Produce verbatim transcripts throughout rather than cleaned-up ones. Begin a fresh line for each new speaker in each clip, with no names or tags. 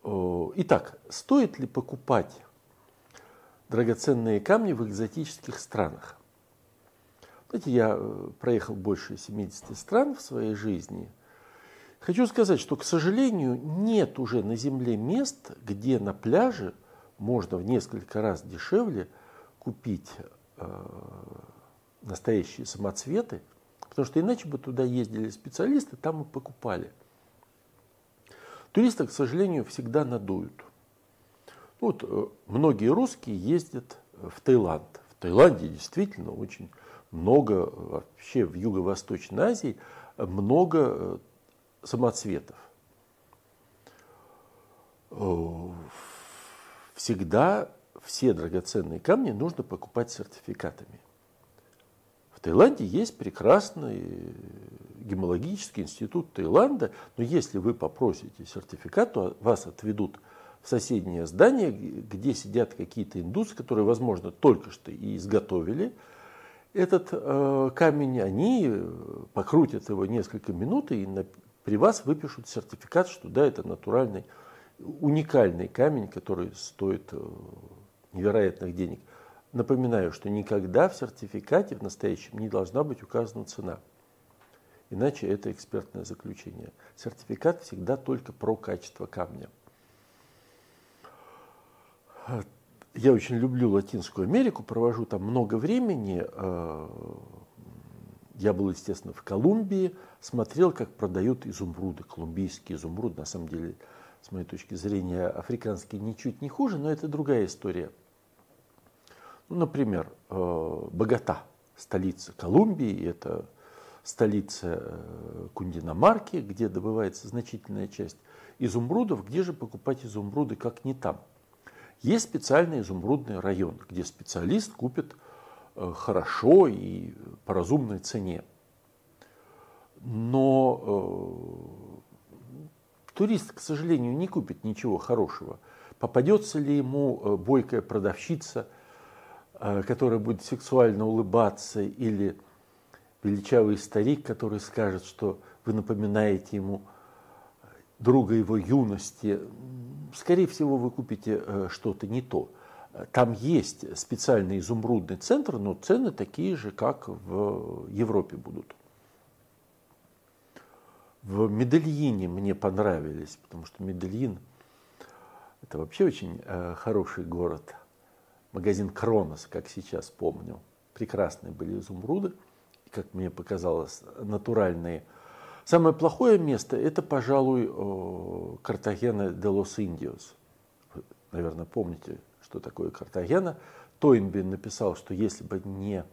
Итак, стоит ли покупать драгоценные камни в экзотических странах? Знаете, я проехал больше семидесяти стран в своей жизни. Хочу сказать, что, к сожалению, нет уже на Земле мест, где на пляже можно в несколько раз дешевле купить э, настоящие самоцветы, потому что иначе бы туда ездили специалисты, там и покупали. Туристов, к сожалению, всегда надуют. Вот, э, многие русские ездят в Таиланд. В Таиланде действительно очень много, вообще в Юго-Восточной Азии, много самоцветов. Всегда все драгоценные камни нужно покупать сертификатами. В Таиланде есть прекрасный гемологический институт Таиланда, но если вы попросите сертификат, то вас отведут в соседнее здание, где сидят какие-то индусы, которые, возможно, только что и изготовили этот э, камень, они покрутят его несколько минут и на, при вас выпишут сертификат, что да, это натуральный, уникальный камень, который стоит э, невероятных денег. Напоминаю, что никогда в сертификате в настоящем не должна быть указана цена. Иначе это экспертное заключение. Сертификат всегда только про качество камня. Я очень люблю Латинскую Америку, провожу там много времени. Я был, естественно, в Колумбии, смотрел, как продают изумруды, колумбийские изумруды. На самом деле, с моей точки зрения, африканские ничуть не хуже, но это другая история. Ну, например, Богота, столица Колумбии, это столица Кундинамарки, где добывается значительная часть изумрудов. Где же покупать изумруды, как не там? Есть специальный изумрудный район, где специалист купит хорошо и по разумной цене. Но э, турист, к сожалению, не купит ничего хорошего. Попадется ли ему бойкая продавщица, э, которая будет сексуально улыбаться, или величавый старик, который скажет, что вы напоминаете ему друга его юности. Скорее всего, вы купите что-то не то. Там есть специальный изумрудный центр, но цены такие же, как в Европе будут. В Медельине мне понравились, потому что Медельин – это вообще очень хороший город. Магазин Кронос, как сейчас помню. Прекрасные были изумруды, как мне показалось, натуральные. Самое плохое место – это, пожалуй, Картагена де лос Индиос. Вы, наверное, помните, что такое Картагена. Тойнби написал, что если бы не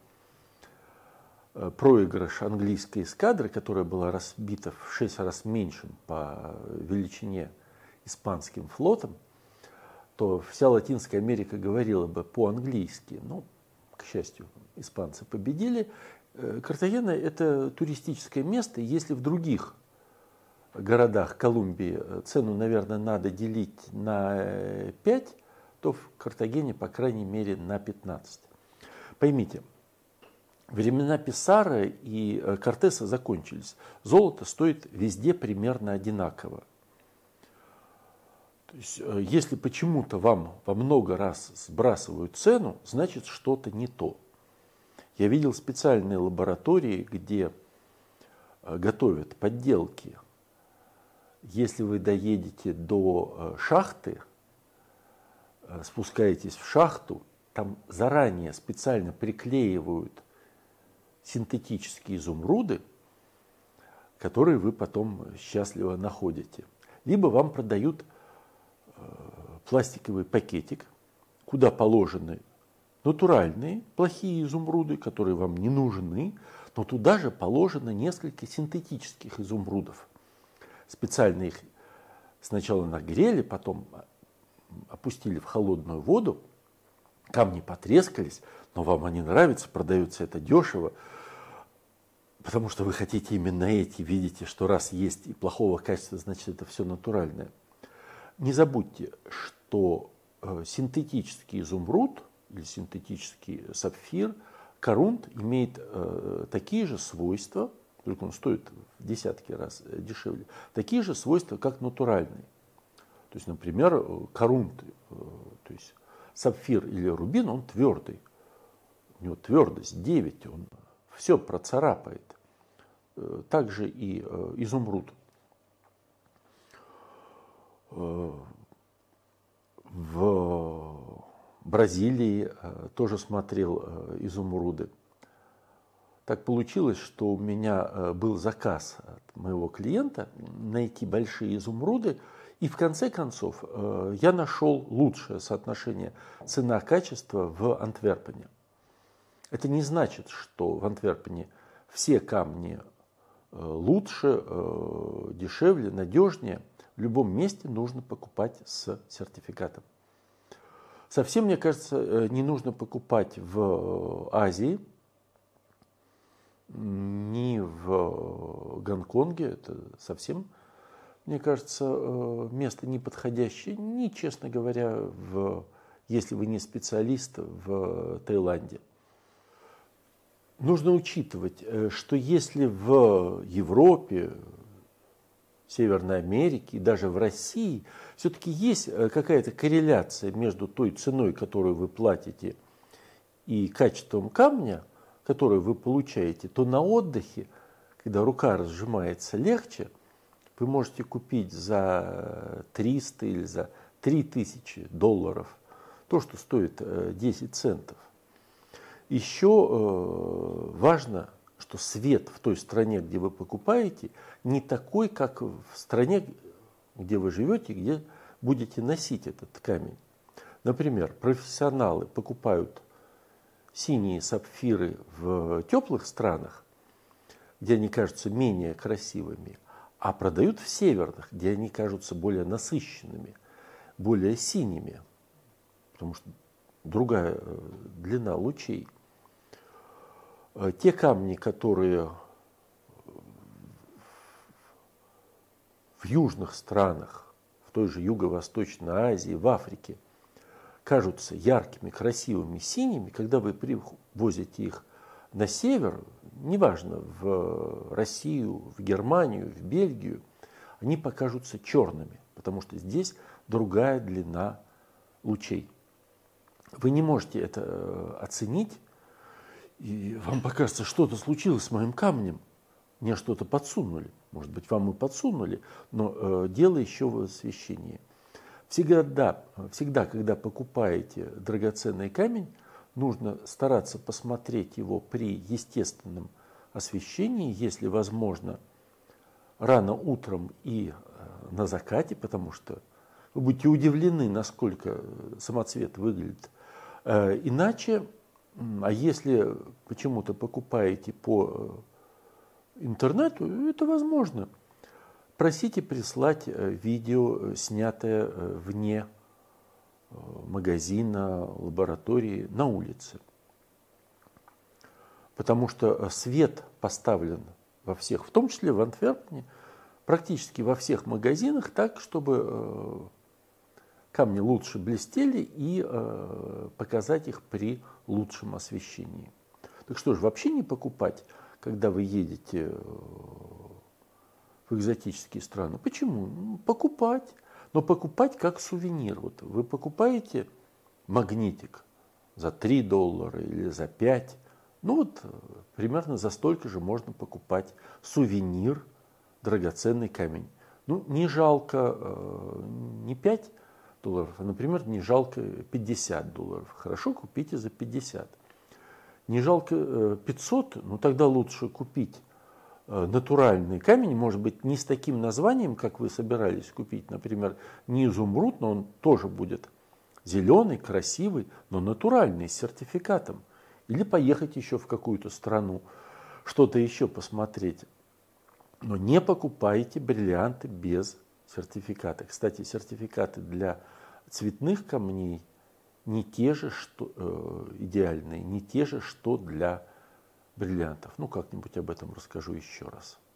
проигрыш английской эскадры, которая была разбита в шесть раз меньшим по величине испанским флотом, то вся Латинская Америка говорила бы по-английски. Но, к счастью, испанцы победили. Картагена – это туристическое место. Если в других городах Колумбии цену, наверное, надо делить на пять, то в Картагене, по крайней мере, на пятнадцать. Поймите, времена Писарро и Кортеса закончились. Золото стоит везде примерно одинаково. То есть, если почему-то вам во много раз сбрасывают цену, значит, что-то не то. Я видел специальные лаборатории, где готовят подделки. Если вы доедете до шахты, спускаетесь в шахту, там заранее специально приклеивают синтетические изумруды, которые вы потом счастливо находите. Либо вам продают пластиковый пакетик, куда положены натуральные плохие изумруды, которые вам не нужны, но туда же положено несколько синтетических изумрудов. Специально их сначала нагрели, потом опустили в холодную воду, камни потрескались, но вам они нравятся, продается это дешево, потому что вы хотите именно эти, видите, что раз есть и плохого качества, значит это все натуральное. Не забудьте, что синтетический изумруд или синтетический сапфир, корунт, имеет э, такие же свойства, только он стоит в десятки раз дешевле, такие же свойства, как натуральный. То есть, например, корунт, то есть сапфир или рубин, он твердый. У него твердость девять, он все процарапает. Также и изумруд. В Бразилии тоже смотрел изумруды. Так получилось, что у меня был заказ от моего клиента найти большие изумруды. И в конце концов я нашел лучшее соотношение цена-качество в Антверпене. Это не значит, что в Антверпене все камни лучше, дешевле, надежнее. В любом месте нужно покупать с сертификатом. Совсем, мне кажется, не нужно покупать в Азии, ни в Гонконге. Это совсем, мне кажется, место неподходящее. Ни, честно говоря, в, если вы не специалист, в Таиланде. Нужно учитывать, что если в Европе, Северной Америке и даже в России все-таки есть какая-то корреляция между той ценой, которую вы платите, и качеством камня, который вы получаете, то на отдыхе, когда рука разжимается легче, вы можете купить за триста или за три тысячи долларов то, что стоит десять центов. Еще важно, что свет в той стране, где вы покупаете, не такой, как в стране, где вы живете, где будете носить этот камень. Например, профессионалы покупают синие сапфиры в теплых странах, где они кажутся менее красивыми, а продают в северных, где они кажутся более насыщенными, более синими, потому что другая длина лучей. Те камни, которые в южных странах, в той же Юго-Восточной Азии, в Африке, кажутся яркими, красивыми, синими, когда вы привозите их на север, неважно, в Россию, в Германию, в Бельгию, они покажутся черными, потому что здесь другая длина лучей. Вы не можете это оценить, и вам покажется, что-то случилось с моим камнем, мне что-то подсунули. Может быть, вам и подсунули, но э, дело еще в освещении. Всегда, всегда, когда покупаете драгоценный камень, нужно стараться посмотреть его при естественном освещении, если возможно, рано утром и на закате, потому что вы будете удивлены, насколько самоцвет выглядит. Иначе, а если почему-то покупаете по интернету, это возможно. Просите прислать видео, снятое вне магазина, лаборатории, на улице. Потому что свет поставлен во всех, в том числе в Антверпене, практически во всех магазинах так, чтобы камни лучше блестели и показать их при лучшем освещении. Так что же, вообще не покупать, когда вы едете в экзотические страны? Почему? Покупать. Но покупать как сувенир. Вот вы покупаете магнитик за три доллара или за пять. Ну вот примерно за столько же можно покупать сувенир, драгоценный камень. Ну не жалко не пять долларов, а, например, не жалко пятьдесят долларов. Хорошо, купите за пятьдесят. Не жалко пятьсот, ну тогда лучше купить натуральный камень, может быть, не с таким названием, как вы собирались купить, например, не изумруд, но он тоже будет зеленый, красивый, но натуральный, с сертификатом. Или поехать еще в какую-то страну, что-то еще посмотреть. Но не покупайте бриллианты без сертификата. Кстати, сертификаты для цветных камней не те же, что э, идеальные, не те же, что для бриллиантов. Ну, как-нибудь об этом расскажу еще раз.